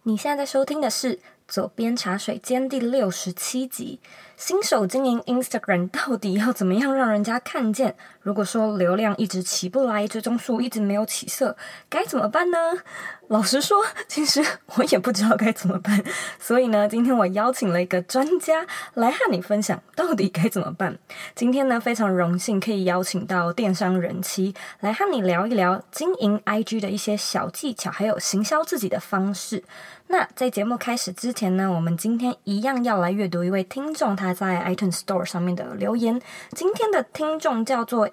你现在在收听的是左边茶水间第67集。新手经营 Instagram 到底要怎么样让人家看见？如果说流量一直起不来，追踪数一直没有起色，该怎么办呢？老实说，其实我也不知道该怎么办。所以呢，今天我邀请了一个专家来和你分享到底该怎么办。今天呢，非常荣幸可以邀请到电商人妻来和你聊一聊经营 IG 的一些小技巧，还有行销自己的方式。那在节目开始之前呢，我们今天一样要来阅读一位听众他在 iTunes Store 上面的留言。今天的听众叫做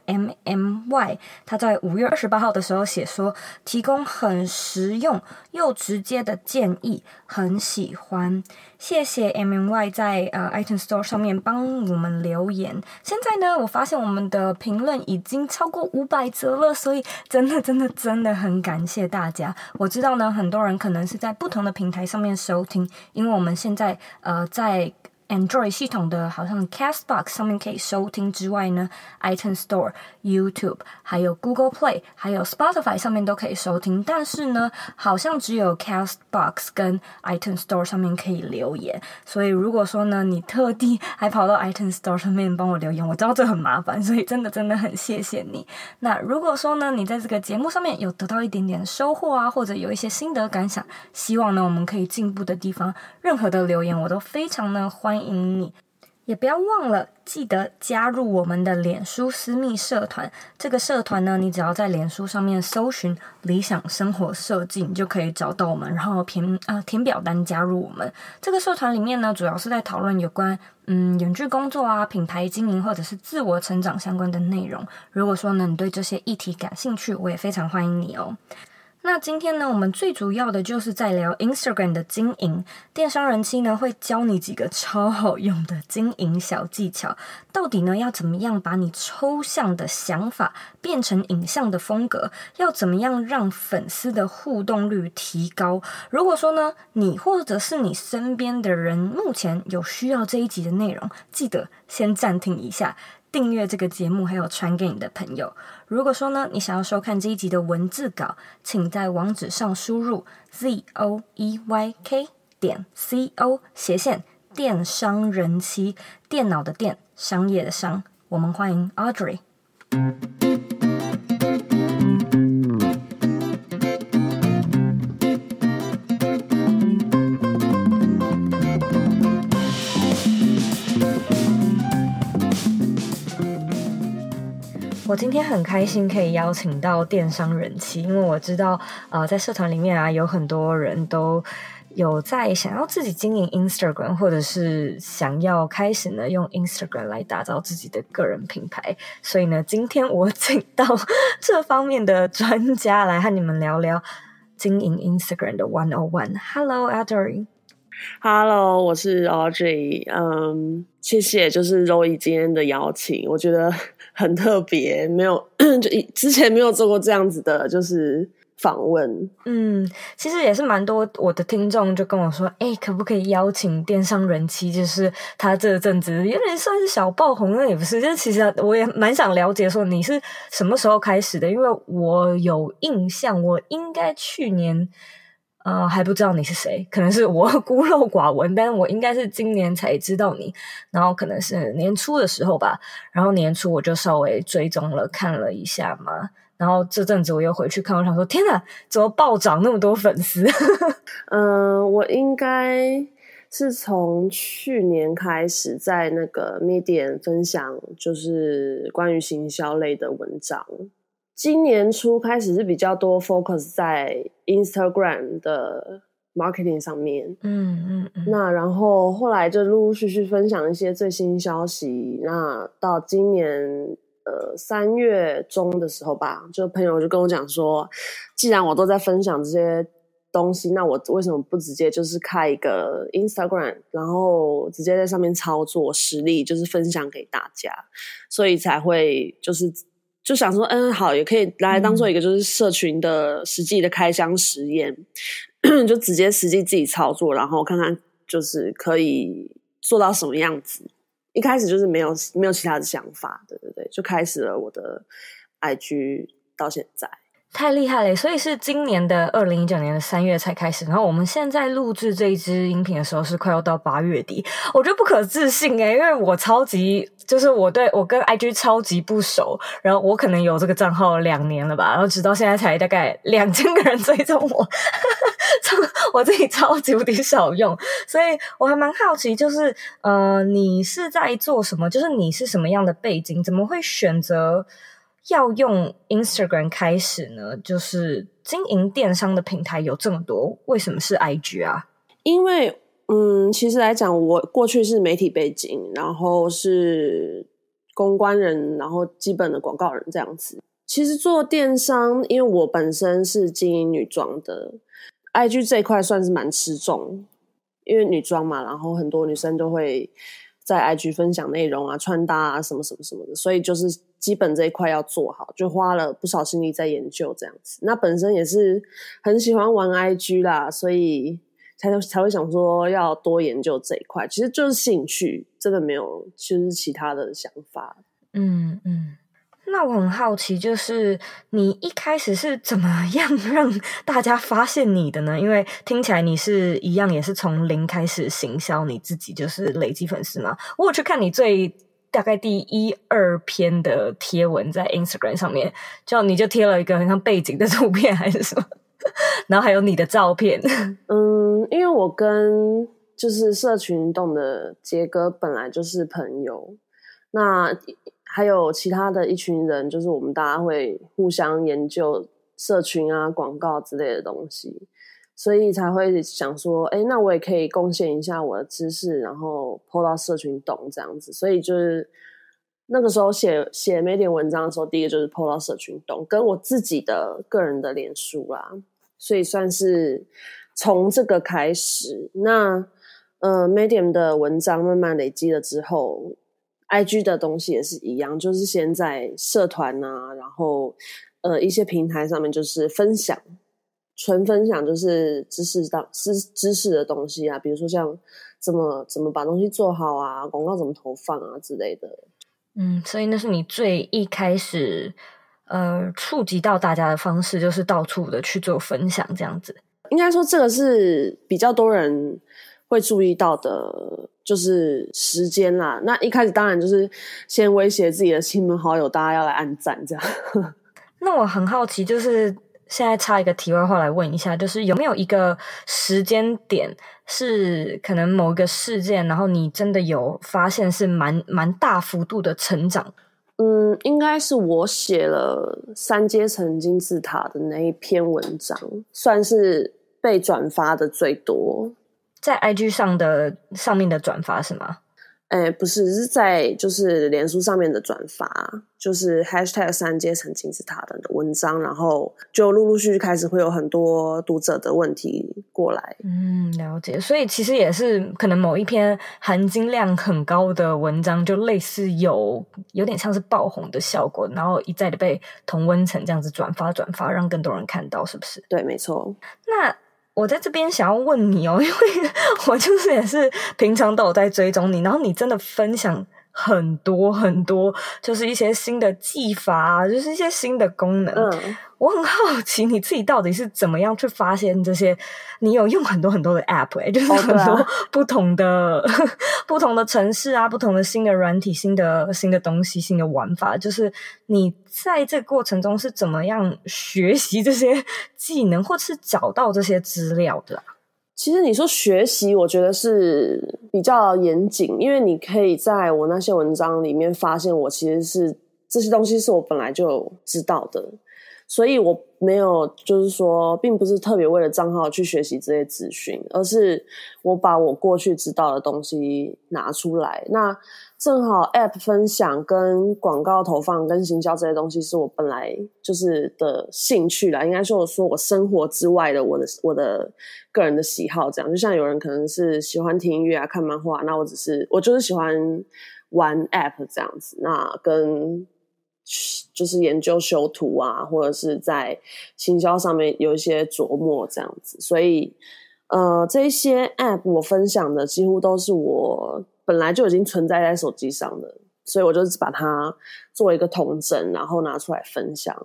MMY， 他在5月28号的时候写说，提供很实用又直接的建议，很喜欢。谢谢 MMY 在iTunes Store 上面帮我们留言。现在呢，我发现我们的评论已经超过500则了，所以真的很感谢大家。我知道呢，很多人可能是在不同的平台上面收听，因为我们现在在Android 系统的好像 Castbox 上面可以收听之外呢， iTunes Store、YouTube 还有 Google Play 还有 Spotify 上面都可以收听，但是呢好像只有 Castbox 跟 iTunes Store 上面可以留言。所以如果说呢你特地还跑到 iTunes Store 上面帮我留言，我知道这很麻烦，所以真的很谢谢你。那如果说呢你在这个节目上面有得到一点点收获啊，或者有一些心得感想，希望呢我们可以进步的地方，任何的留言我都非常的欢迎你。也不要忘了记得加入我们的脸书私密社团。这个社团呢，你只要在脸书上面搜寻理想生活设计，你就可以找到我们，然后填表单加入我们。这个社团里面呢，主要是在讨论有关远距工作啊、品牌经营或者是自我成长相关的内容。如果说呢你对这些议题感兴趣，我也非常欢迎你哦。那今天呢，我们最主要的就是在聊 Instagram 的经营。电商人妻呢会教你几个超好用的经营小技巧，到底呢要怎么样把你抽象的想法变成影像的风格，要怎么样让粉丝的互动率提高。如果说呢你或者是你身边的人目前有需要这一集的内容，记得先暂停一下，订阅这个节目，还有传给你的朋友。如果说呢你想要收看这一集的文字稿，请在网址上输入 zoeyk.co/ 电商人妻，电脑的电，商业的商。我们欢迎 Audrey。我今天很开心可以邀请到电商人妻，因为我知道在社团里面啊，有很多人都有在想要自己经营 Instagram， 或者是想要开始呢用 Instagram 来打造自己的个人品牌。所以呢，今天我请到这方面的专家来和你们聊聊经营 Instagram 的101。Hello Audrey。Hello， 我是 Audrey。谢谢就是 Zoe 今天的邀请，我觉得很特别，没有就之前没有做过这样子的，就是访问。 其实也是蛮多我的听众就跟我说，可不可以邀请电商人妻，就是他这阵子有点算是小爆红，那也不是，就是其实我也蛮想了解说你是什么时候开始的，因为我有印象，我应该去年还不知道你是谁，可能是我孤陋寡闻，但是我应该是今年才知道你，然后可能是年初的时候吧，然后年初我就稍微追踪了看了一下嘛，然后这阵子我又回去看，我想说天哪，怎么暴涨那么多粉丝？ 我应该是从去年开始在那个 Medium 分享就是关于行销类的文章，今年初开始是比较多 focus 在 Instagram 的 marketing 上面。那然后后来就陆陆续续分享一些最新消息，那到今年3月中的时候吧，就朋友就跟我讲说，既然我都在分享这些东西，那我为什么不直接就是开一个 Instagram， 然后直接在上面操作实例，就是分享给大家，所以才会就想说好，也可以来当做一个就是社群的实际的开箱实验就直接实际自己操作，然后看看就是可以做到什么样子。一开始就是没有其他的想法，对，就开始了我的 IG 到现在。 太厉害了，所以是今年的2019年的3月才开始，然后我们现在录制这一支音频的时候是快要到8月底，我觉得不可置信因为我超级就是我跟 IG 超级不熟，然后我可能有这个账号2年了吧，然后直到现在才大概2000个人追踪我我自己超级无敌少用，所以我还蛮好奇，就是你是在做什么？就是你是什么样的背景？怎么会选择要用 Instagram 开始呢？就是经营电商的平台有这么多，为什么是 IG 啊？ 因为其实来讲，我过去是媒体背景，然后是公关人，然后基本的广告人这样子。其实做电商，因为我本身是经营女装的， IG 这一块算是蛮吃重，因为女装嘛，然后很多女生都会在 IG 分享内容啊、穿搭啊什么什么什么的，所以就是基本这一块要做好，就花了不少心力在研究这样子。那本身也是很喜欢玩 IG 啦，所以才会想说要多研究这一块，其实就是兴趣，真的没有就是其他的想法。 那我很好奇，就是你一开始是怎么样让大家发现你的呢？因为听起来你是一样也是从零开始行销你自己，就是累积粉丝嘛。我有去看你大概第1、2篇的贴文在 Instagram 上面，你就贴了一个很像背景的图片还是什么，然后还有你的照片。 因为我跟就是社群运动的杰哥本来就是朋友，那还有其他的一群人，就是我们大家会互相研究社群啊、广告之类的东西，所以才会想说，那我也可以贡献一下我的知识，然后 po 到社群动这样子。所以就是那个时候写每点文章的时候，第一个就是 po 到社群动，跟我自己的个人的脸书啦，所以算是从这个开始。那Medium 的文章慢慢累积了之后，IG 的东西也是一样，就是先在社团啊，然后一些平台上面就是分享，纯分享，就是知识的东西啊，比如说像怎么把东西做好啊，广告怎么投放啊之类的。 所以那是你最一开始触及到大家的方式，就是到处的去做分享这样子。 应该说这个是比较多人会注意到的，就是时间啦。那一开始当然就是先威胁自己的亲朋好友，大家要来按赞这样。 那我很好奇，就是现在插一个题外话来问一下，就是有没有一个时间点是可能某一个事件，然后你真的有发现是蛮大幅度的成长？ 应该是我写了3阶层金字塔的那一篇文章，算是被转发的最多。 在 IG 上面的转发是吗？ 不是，是在就是脸书上面的转发，就是 #3阶层金字塔的文章，然后就陆陆续续开始会有很多读者的问题过来。 了解。所以其实也是可能某一篇含金量很高的文章，就类似有点像是爆红的效果，然后一再的被同温层这样子转发，让更多人看到，是不是？ 对，没错。 那我在这边想要问你因为我就是也是平常都有在追踪你，然后你真的分享很多很多，就是一些新的技法就是一些新的功能。我很好奇你自己到底是怎么样去发现这些。你有用很多很多的 app 就是很多不同的不同的程式啊，不同的新的软体，新的东西，新的玩法，就是你在这个过程中是怎么样学习这些技能，或是找到这些资料的其实你说学习，我觉得是比较严谨，因为你可以在我那些文章里面发现我其实是这些东西是我本来就知道的，所以我没有就是说并不是特别为了账号去学习这些资讯，而是我把我过去知道的东西拿出来。那正好 App 分享跟广告投放跟行销这些东西是我本来就是的兴趣啦，应该说我生活之外的我的个人的喜好这样。就像有人可能是喜欢听音乐啊，看漫画，那我就是喜欢玩 App 这样子，那跟就是研究修图啊，或者是在行销上面有一些琢磨这样子。所以这一些 App 我分享的几乎都是我本来就已经存在手机上的，所以我就是把它做一个统整，然后拿出来分享。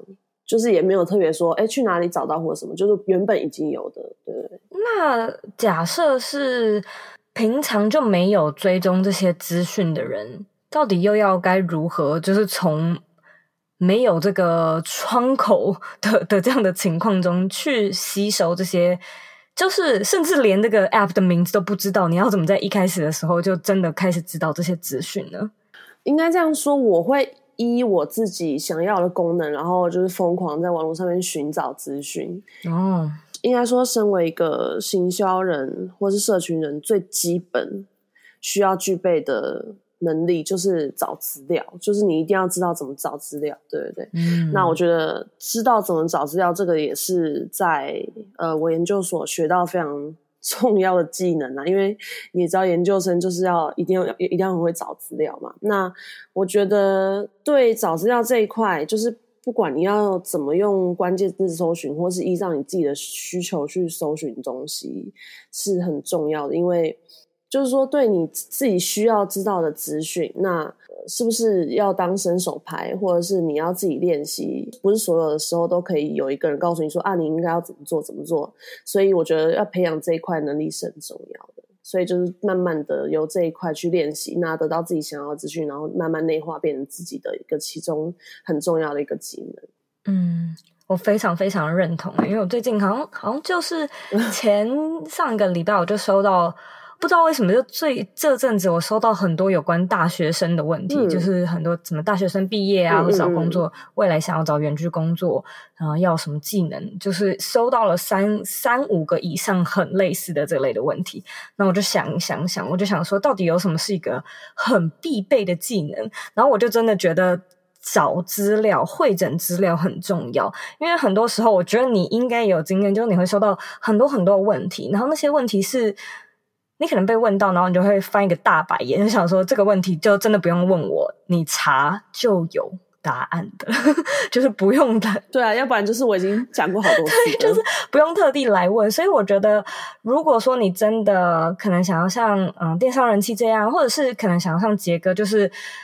就是也没有特别说去哪里找到或什么，就是原本已经有的。对对对。 那假设是平常就没有追踪这些资讯的人，到底又要该如何就是从没有这个窗口的这样的情况中去吸收这些，就是甚至连这个 app 的名字都不知道，你要怎么在一开始的时候就真的开始知道这些资讯呢？ 应该这样说，我会依我自己想要的功能，然后就是疯狂在网络上面寻找资讯。 哦， 应该说身为一个行销人或是社群人，最基本需要具备的能力就是找资料，就是你一定要知道怎么找资料。对对对。那我觉得知道怎么找资料，这个也是在我研究所学到非常重要的技能啊，因为你也知道研究生就是一定要很会找资料嘛。那我觉得对找资料这一块，就是不管你要怎么用关键字搜寻，或是依照你自己的需求去搜寻东西，是很重要的。因为就是说对你自己需要知道的资讯，那是不是要当伸手牌，或者是你要自己练习，不是所有的时候都可以有一个人告诉你说你应该要怎么做怎么做。所以我觉得要培养这一块能力是很重要的，所以就是慢慢的由这一块去练习，那得到自己想要的资讯，然后慢慢内化变成自己的一个其中很重要的一个技能。 我非常非常认同，因为我最近好像就是上一个礼拜我就收到，不知道为什么就这阵子我收到很多有关大学生的问题，就是很多什么大学生毕业啊，或找工作，未来想要找远距工作，然后要什么技能，就是收到了3-5个以上很类似的这类的问题。那我就想，我就想说到底有什么是一个很必备的技能，然后我就真的觉得找资料、汇整资料很重要。因为很多时候我觉得你应该有经验，就是你会收到很多很多问题，然后那些问题是你可能被问到，然后你就会翻一个大白眼，就想说这个问题就真的不用问我，你查就有答案的就是不用的。 对啊，要不然就是我已经讲过好多次了就是不用特地来问。所以我觉得如果说你真的可能想要像电商人气这样，或者是可能想要像杰哥，就是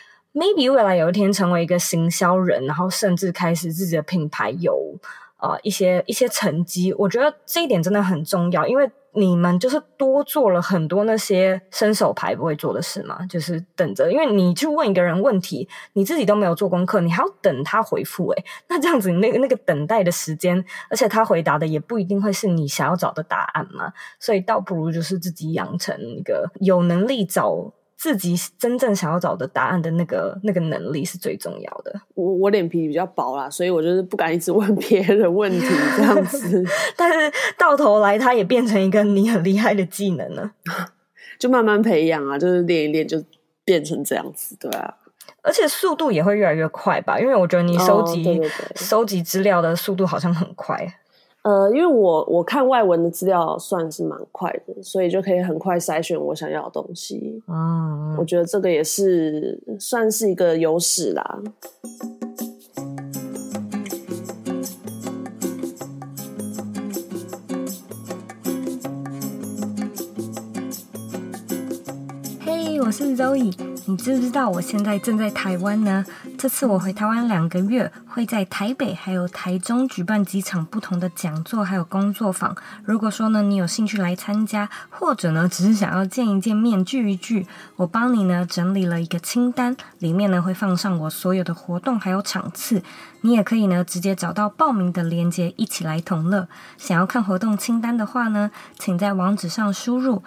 maybe 未来有一天成为一个行销人，然后甚至开始自己的品牌有一些成绩，我觉得这一点真的很重要。因为你们就是多做了很多那些伸手牌不会做的事嘛，就是等着，因为你去问一个人问题，你自己都没有做功课，你还要等他回复那这样子你那个等待的时间，而且他回答的也不一定会是你想要找的答案嘛，所以倒不如就是自己养成一个有能力找自己真正想要找的答案的那个能力是最重要的。 我脸皮比较薄啦，所以我就是不敢一直问别人的问题这样子但是到头来它也变成一个你很厉害的技能了就慢慢培养啊，就是练一练就变成这样子。对啊， 而且速度也会越来越快吧，因为我觉得你收集资料的速度好像很快。 因为我看外文的资料算是蛮快的，所以就可以很快筛选我想要的东西。我觉得这个也是算是一个优势啦。 嘿，我是 Zoe， 你知不知道我现在正在台湾呢？这次我回台湾2个月，会在台北还有台中举办几场不同的讲座还有工作坊。如果说呢你有兴趣来参加，或者呢只是想要见一见面聚一聚，我帮你呢整理了一个清单，里面呢会放上我所有的活动还有场次，你也可以呢直接找到报名的链接一起来同乐。想要看活动清单的话呢，请在网址上输入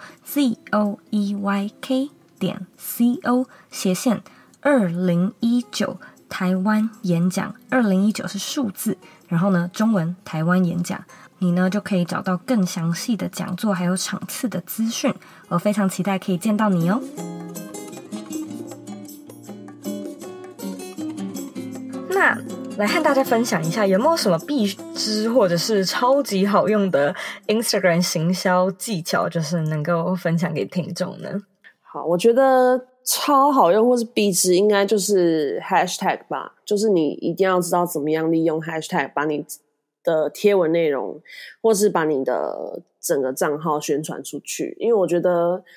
zoeyk.co/2019台湾演讲，2019是数字，然后呢中文台湾演讲，你呢就可以找到更详细的讲座还有场次的资讯。我非常期待可以见到你哦。那来和大家分享一下，有没有什么必知或者是超级好用的 Instagram 行销技巧，就是能够分享给听众呢？ 好，我觉得超好用或是必知应该就是 hashtag 吧，就是你一定要知道怎么样利用 hashtag 把你的贴文内容或是把你的整个账号宣传出去。因为我觉得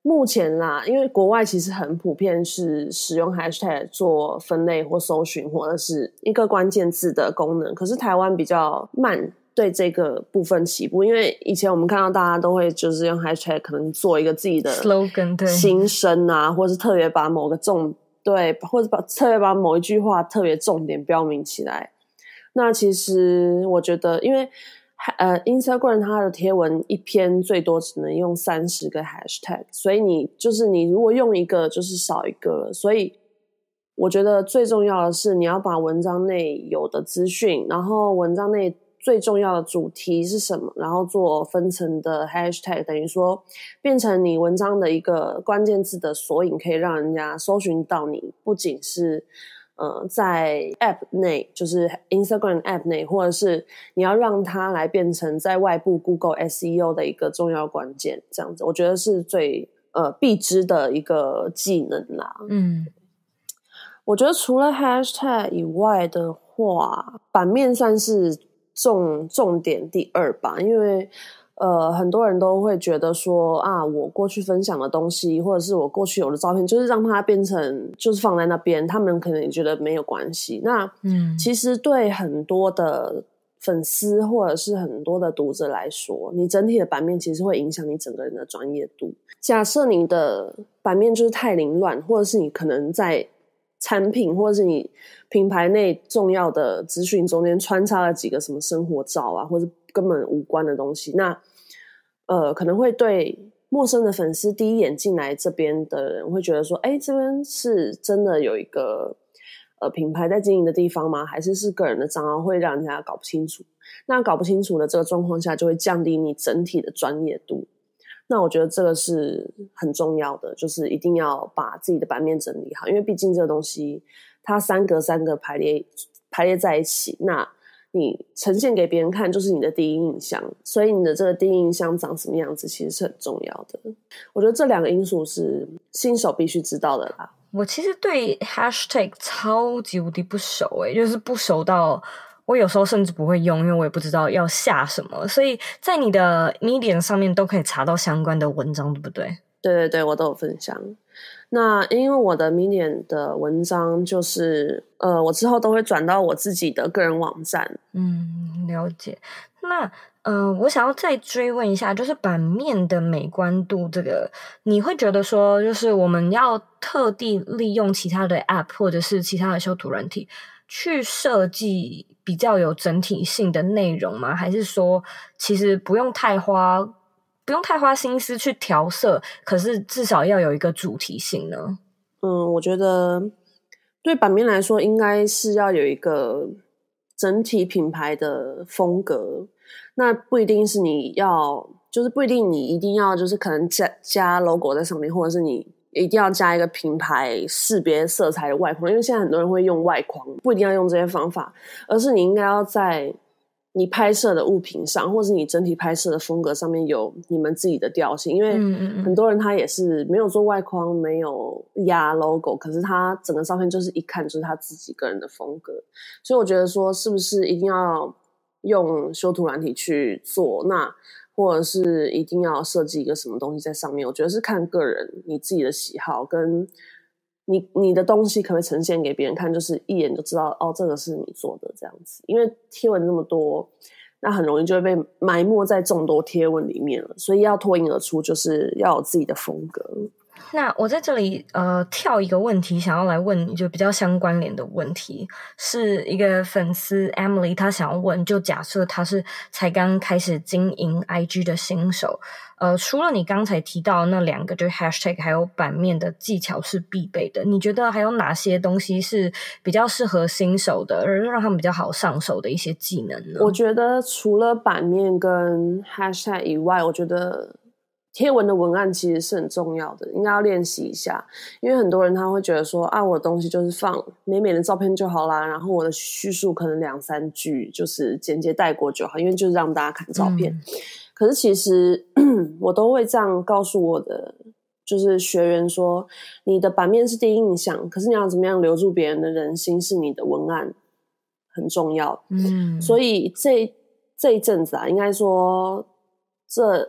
目前啦，因为国外其实很普遍是使用 hashtag 做分类或搜寻或者是一个关键字的功能，可是台湾比较慢对这个部分起步，因为以前我们看到大家都会就是用 hashtag 可能做一个自己的 slogan 对心声啊，或是特别把某个或者特别把某一句话特别重点标明起来。那其实我觉得因为Instagram 它的贴文一篇最多只能用30个 hashtag， 所以你如果用一个就是少一个，所以我觉得最重要的是你要把文章内有的资讯，然后文章内最重要的主题是什么，然后做分层的 hashtag， 等于说变成你文章的一个关键字的索引，可以让人家搜寻到你，不仅是在 App 内，就是 Instagram App 内，或者是你要让它来变成在外部 Google SEO 的一个重要关键，这样子我觉得是最必知的一个技能啦。我觉得除了 Hashtag 以外的话，版面算是重点第2吧，因为很多人都会觉得说啊，我过去分享的东西，或者是我过去有的照片，就是让它变成就是放在那边，他们可能也觉得没有关系。那其实对很多的粉丝或者是很多的读者来说，你整体的版面其实会影响你整个人的专业度。假设你的版面就是太凌乱，或者是你可能在产品或者是你品牌内重要的资讯中间穿插了几个什么生活照啊，或者根本无关的东西，那可能会对陌生的粉丝第一眼进来这边的人会觉得说，这边是真的有一个品牌在经营的地方吗？还是个人的账号，会让人家搞不清楚。那搞不清楚的这个状况下，就会降低你整体的专业度。那我觉得这个是很重要的，就是一定要把自己的版面整理好，因为毕竟这个东西它3个排列在一起，那你呈现给别人看就是你的第一印象，所以你的这个第一印象长什么样子其实是很重要的。我觉得这2个因素是新手必须知道的啦。 我其实对 hashtag 超级无敌不熟就是不熟到我有时候甚至不会用，因为我也不知道要下什么，所以在你的 Medium 上面都可以查到相关的文章，对不对？ 对对对，我都有分享。那因为我的 Medium 的文章就是我之后都会转到我自己的个人网站。 了解。那我想要再追问一下，就是版面的美观度这个，你会觉得说就是我们要特地利用其他的 App 或者是其他的修图软体去设计比较有整体性的内容吗？还是说其实不用太花心思去调色，可是至少要有一个主题性呢？ 我觉得对版面来说应该是要有一个整体品牌的风格，那不一定是不一定你一定要就是可能加 logo 在上面，或者是你一定要加一个品牌识别色彩的外框，因为现在很多人会用外框，不一定要用这些方法，而是你应该要在你拍摄的物品上，或是你整体拍摄的风格上面有你们自己的调性，因为很多人他也是没有做外框，没有压 logo， 可是他整个照片就是一看就是他自己个人的风格，所以我觉得说是不是一定要用修图软体去做，那或者是一定要设计一个什么东西在上面，我觉得是看个人你自己的喜好跟你的东西可不可以呈现给别人看，就是一眼就知道这个是你做的这样子。因为贴文那么多，那很容易就会被埋没在众多贴文里面了，所以要脱颖而出就是要有自己的风格。 那我在这里跳一个问题想要来问你，就比较相关联的问题，是一个粉丝 Emily 她想要问，就假设她是才刚开始经营 IG 的新手，除了你刚才提到那2个就是 hashtag 还有版面的技巧是必备的，你觉得还有哪些东西是比较适合新手的，而让他们比较好上手的一些技能呢？ 我觉得除了版面跟 hashtag 以外，我觉得贴文的文案其实是很重要的，应该要练习一下。因为很多人他会觉得说我的东西就是放美美的照片就好啦，然后我的叙述可能2-3句就是简洁带过就好，因为就是让大家看照片。可是其实我都会这样告诉我的就是学员说，你的版面是第一印象，可是你要怎么样留住别人的人心是你的文案很重要。所以这一阵子应该说这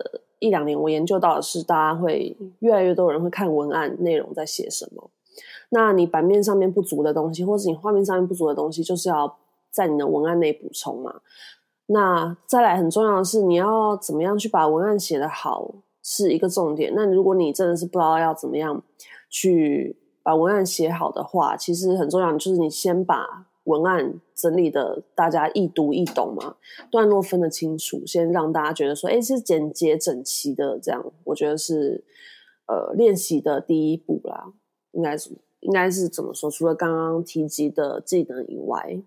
1-2年我研究到的是，大家会越来越多人会看文案内容在写什么。那你版面上面不足的东西，或是你画面上面不足的东西，就是要在你的文案内补充嘛。那再来很重要的是，你要怎么样去把文案写得好是一个重点。那如果你真的是不知道要怎么样去把文案写好的话，其实很重要的就是你先把文案整理的大家易读易懂嘛，段落分得清楚，先让大家觉得说是简洁整齐的，这样我觉得是练习的第一步啦，应该是怎么说，除了刚刚提及的技能以外。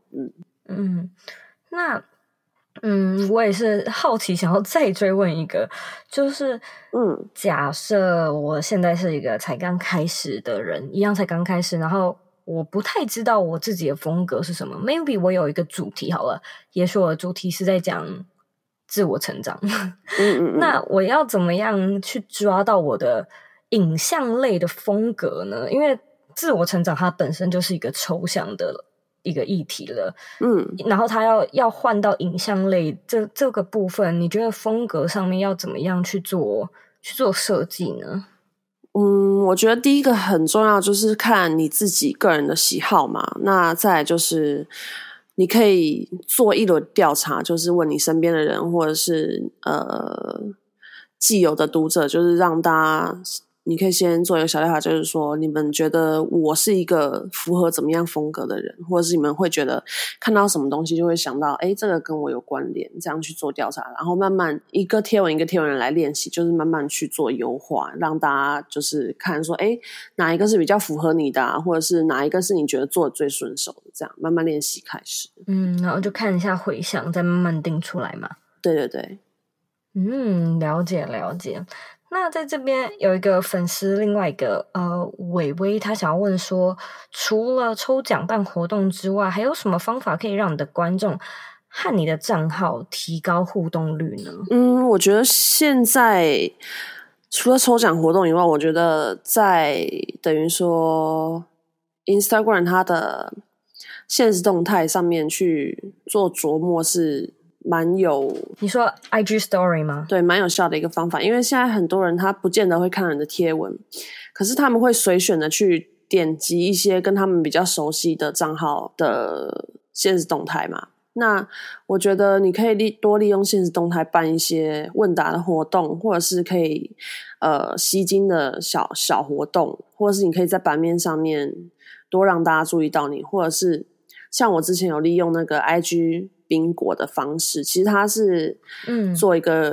那我也是好奇想要再追问一个，就是假设我现在是一个才刚开始的人，一样才刚开始，然后我不太知道我自己的风格是什么， maybe 我有一个主题好了，也许我的主题是在讲自我成长那我要怎么样去抓到我的影像类的风格呢？因为自我成长它本身就是一个抽象的一个议题了，然后它要换到影像类这个部分，你觉得风格上面要怎么样去做设计呢？ 我觉得第一个很重要就是看你自己个人的喜好嘛，那再来就是你可以做一轮调查，就是问你身边的人或者是既有的读者，就是让大家你可以先做一个小调查，就是说你们觉得我是一个符合怎么样风格的人，或者是你们会觉得看到什么东西就会想到这个跟我有关联，这样去做调查，然后慢慢一个贴文一个贴文来练习，就是慢慢去做优化，让大家就是看说哪一个是比较符合你的或者是哪一个是你觉得做的最顺手的，这样慢慢练习开始。 然后就看一下回响再慢慢定出来嘛。 对对对。 了解。那在这边有一个粉丝，另外一个伟伟，他想要问说，除了抽奖办活动之外，还有什么方法可以让你的观众和你的账号提高互动率呢？ 我觉得现在除了抽奖活动以外，我觉得在等于说 Instagram 它的限时动态上面去做琢磨是蛮有， 你说 IG Story 吗？ 对，蛮有效的一个方法。因为现在很多人他不见得会看人的贴文，可是他们会随选的去点击一些跟他们比较熟悉的账号的限时动态嘛。那我觉得你可以多利用限时动态办一些问答的活动，或者是可以吸睛的小活动，或者是你可以在版面上面多让大家注意到你，或者是像我之前有利用那个 IG 宾果的方式，其实它是做一个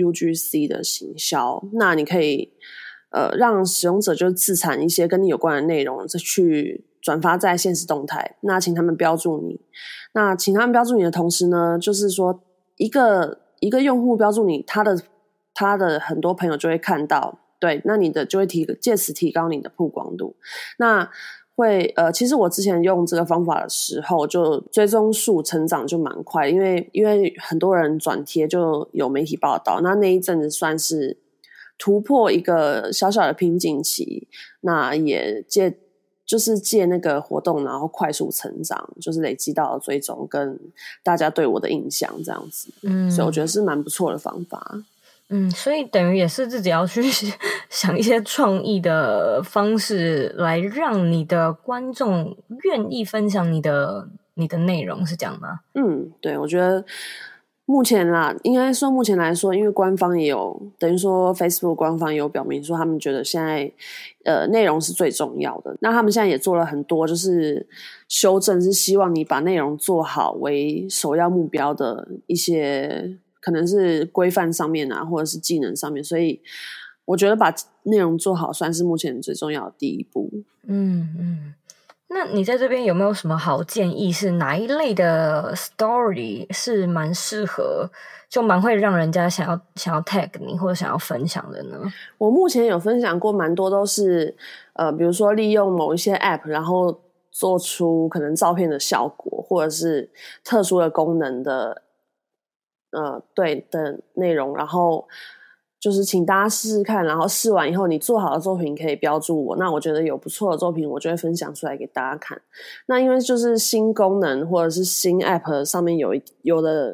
UGC 的行销，那你可以让使用者就自产一些跟你有关的内容去转发在限时动态，那请他们标注你，那请他们标注你的同时呢，就是说一个用户标注你，他的很多朋友就会看到，对，那你的就会借此提高你的曝光度。那会其实我之前用这个方法的时候，就追踪数成长就蛮快，因为很多人转贴就有媒体报道，那一阵子算是突破一个小小的瓶颈期，那也借那个活动，然后快速成长，就是累积到追踪跟大家对我的印象这样子，所以我觉得是蛮不错的方法。 所以等于也是自己要去想一些创意的方式来让你的观众愿意分享你的内容，是这样吗？ 对，我觉得目前来说，因为官方也有等于说 Facebook 官方也有表明说他们觉得现在内容是最重要的，那他们现在也做了很多就是修正，是希望你把内容做好为首要目标的一些可能是规范上面或者是技能上面，所以我觉得把内容做好算是目前最重要的第一步。 那你在这边有没有什么好建议，是哪一类的 story 是蛮适合，就蛮会让人家想要 tag 你或者想要分享的呢？ 我目前有分享过蛮多都是比如说利用某一些 app 然后做出可能照片的效果，或者是特殊的功能的对的内容，然后就是请大家试试看，然后试完以后你做好的作品可以标注我，那我觉得有不错的作品我就会分享出来给大家看。那因为就是新功能或者是新 app 上面有的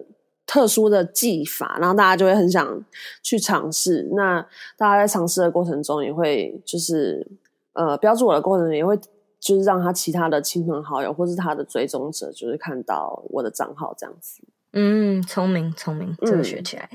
特殊的技法，然后大家就会很想去尝试。那大家在尝试的过程中也会就是标注我的过程中也会就是让他其他的亲朋好友或是他的追踪者就是看到我的账号这样子。 聪明，这个学起来。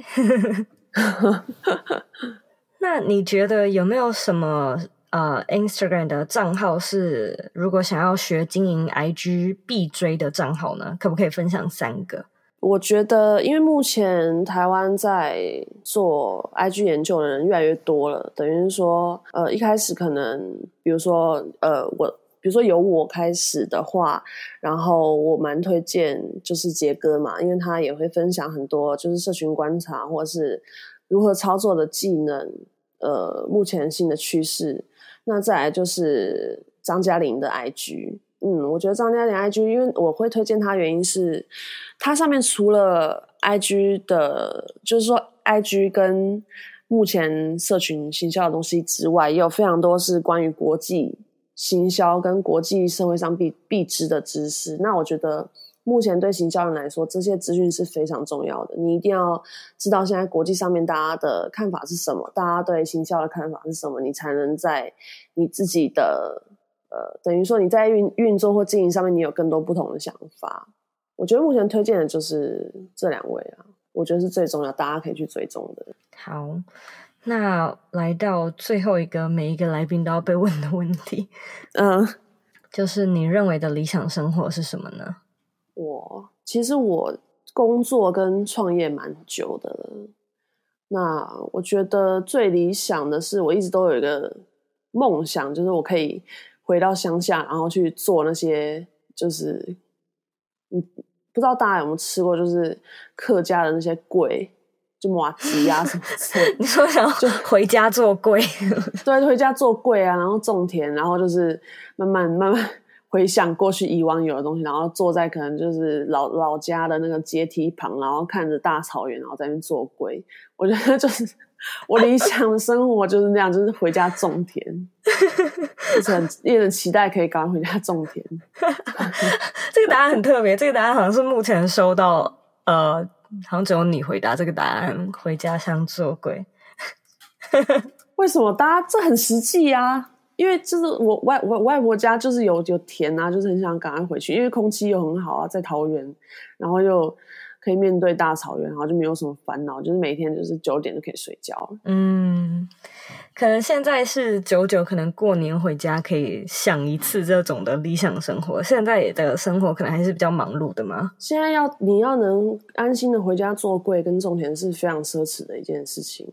那你觉得有没有什么Instagram 的账号是如果想要学经营 IG 必追的账号呢？可不可以分享3个？ 我觉得因为目前台湾在做 IG 研究的人越来越多了，等于是说一开始可能比如说由我开始的话，然后我蛮推荐就是杰哥嘛，因为他也会分享很多就是社群观察或是如何操作的技能，目前新的趋势。那再来就是张嘉玲的 IG， 我觉得张嘉玲 IG， 因为我会推荐他原因是它上面除了 IG 的，就是说 IG 跟目前社群行销的东西之外，也有非常多是关于国际行销跟国际社会上必知的知识。那我觉得目前对行销人来说，这些资讯是非常重要的。你一定要知道现在国际上面大家的看法是什么，大家对行销的看法是什么，你才能在你自己的等于说你在运作或经营上面，你有更多不同的想法。我觉得目前推荐的就是这2位啊，我觉得是最重要，大家可以去追踪的。 好，那来到最后一个每一个来宾都要被问的问题，就是你认为的理想生活是什么呢？ 其实我工作跟创业蛮久的了，那我觉得最理想的是我一直都有一个梦想，就是我可以回到乡下，然后去做那些就是不知道大家有没有吃过，就是客家的那些粿，就麻糬啊什么之类的。 你说想就回家做粿？ 对，回家做粿啊，然后种田，然后就是慢慢回想过去以往有的东西，然后坐在可能就是老家的那个阶梯旁，然后看着大草原，然后在那边做粿。我觉得就是我理想的生活就是那样，就是回家种田，就是令人期待可以赶快回家种田。 这个答案很特别，这个答案好像是目前收到好像只有你回答这个答案，回家乡做粿。 为什么？大家这很实际啊，因为就是我外婆家就是有田啊，就是很想赶快回去，因为空气又很好啊，在桃园，然后又可以面对大草原，然后就没有什么烦恼，就是每天就是9点就可以睡觉。 可能现在是99，可能过年回家可以享一次这种的理想生活。现在的生活可能还是比较忙碌的嘛。 现在你要能安心的回家做粿跟种田是非常奢侈的一件事情。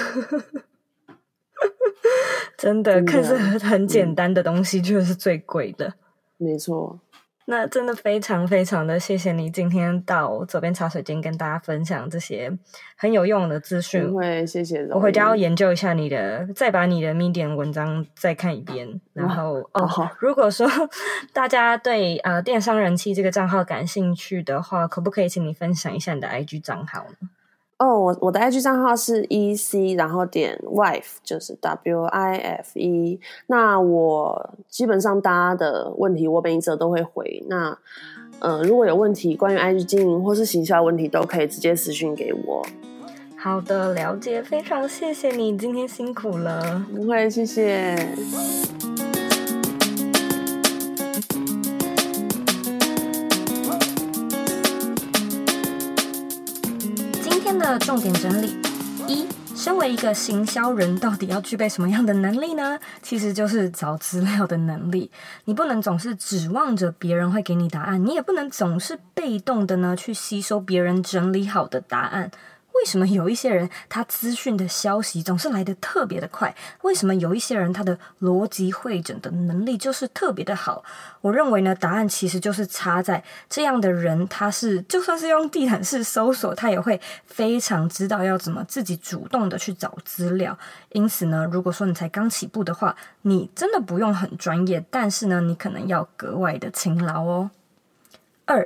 真的，看似很简单的东西，就是最贵的。 没错。 那真的非常非常的谢谢你今天到左边茶水间跟大家分享这些很有用的资讯。 谢谢。 我回家要研究一下再把你的 Medium 文章再看一遍。然后如果说大家对电商人气这个账号感兴趣的话，可不可以请你分享一下你的 IG 账号呢？ 我的 IG 账号是 EC 然后.wife 就是 WIFE。那我基本上大家的问题我每一则都会回。那如果有问题关于 IG 经营或是行销问题，都可以直接私讯给我。 好的，了解，非常谢谢你，今天辛苦了。 不会，谢谢。 的重点整理：1. 身为一个行销人，到底要具备什么样的能力呢？其实就是找资料的能力。你不能总是指望着别人会给你答案，你也不能总是被动的呢去吸收别人整理好的答案。为什么有一些人他资讯的消息总是来得特别的快？为什么有一些人他的逻辑汇整的能力就是特别的好？我认为呢，答案其实就是差在这样的人，他是就算是用地毯式搜索，他也会非常知道要怎么自己主动的去找资料。因此呢，如果说你才刚起步的话，你真的不用很专业，但是呢，你可能要格外的勤劳哦。2.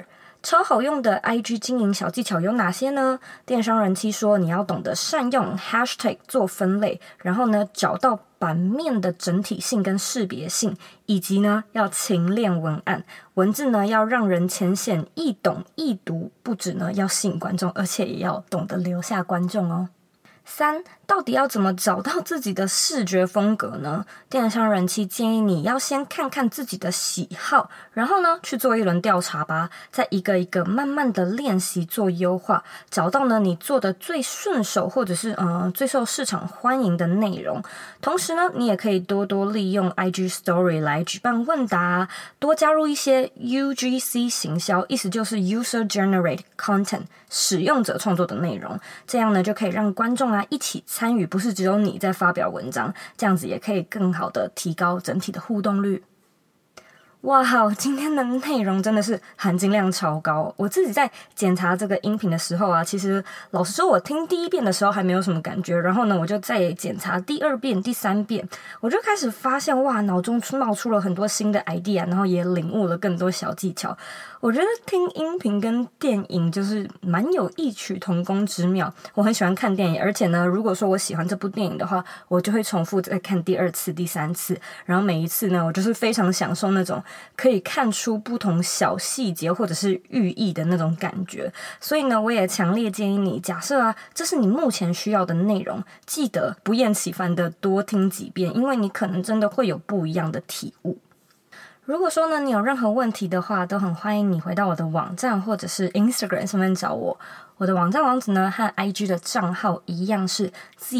超好用的 IG 经营小技巧有哪些呢？电商人妻说，你要懂得善用 hashtag 做分类，然后呢找到版面的整体性跟识别性，以及呢要勤练文案，文字呢要让人浅显易懂易读，不止呢要吸引观众，而且也要懂得留下观众哦。3，到底要怎么找到自己的视觉风格呢？电商人妻建议你要先看看自己的喜好，然后呢去做一轮调查吧，再一个一个慢慢的练习做优化，找到呢你做的最顺手或者是最受市场欢迎的内容。同时呢你也可以多多利用 IG Story 来举办问答，多加入一些 UGC 行销，意思就是 User Generate Content 使用者创作的内容，这样呢就可以让观众一起参与，不是只有你在发表文章，这样子也可以更好的提高整体的互动率。哇，今天的内容真的是含金量超高。我自己在检查这个音频的时候其实老实说我听第一遍的时候还没有什么感觉，然后呢我就再检查第2遍第3遍，我就开始发现哇，脑中冒出了很多新的 idea， 然后也领悟了更多小技巧。我觉得听音频跟电影就是蛮有异曲同工之妙。我很喜欢看电影，而且呢如果说我喜欢这部电影的话，我就会重复再看第2次第3次，然后每一次呢我就是非常享受那种可以看出不同小细节或者是寓意的那种感觉。所以呢我也强烈建议你，假设这是你目前需要的内容，记得不厌其烦的多听几遍，因为你可能真的会有不一样的体悟。如果说呢你有任何问题的话，都很欢迎你回到我的网站或者是 Instagram 上面找我。我的网站网址呢和 IG 的账号一样是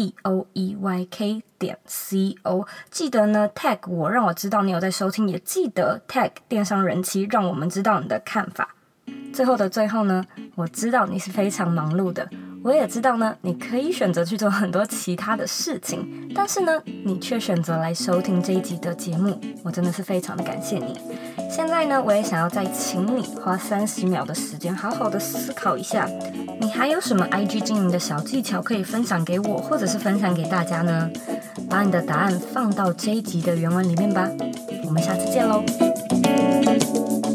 zoeyk.co， 记得呢 tag 我，让我知道你有在收听，也记得 tag 电商人妻，让我们知道你的看法。最后的最后呢，我知道你是非常忙碌的，我也知道呢你可以选择去做很多其他的事情，但是呢你却选择来收听这一集的节目，我真的是非常的感谢你。现在呢我也想要再请你花30秒的时间好好的思考一下，你还有什么 IG 经营的小技巧可以分享给我，或者是分享给大家呢？把你的答案放到这一集的原文里面吧。我们下次见咯。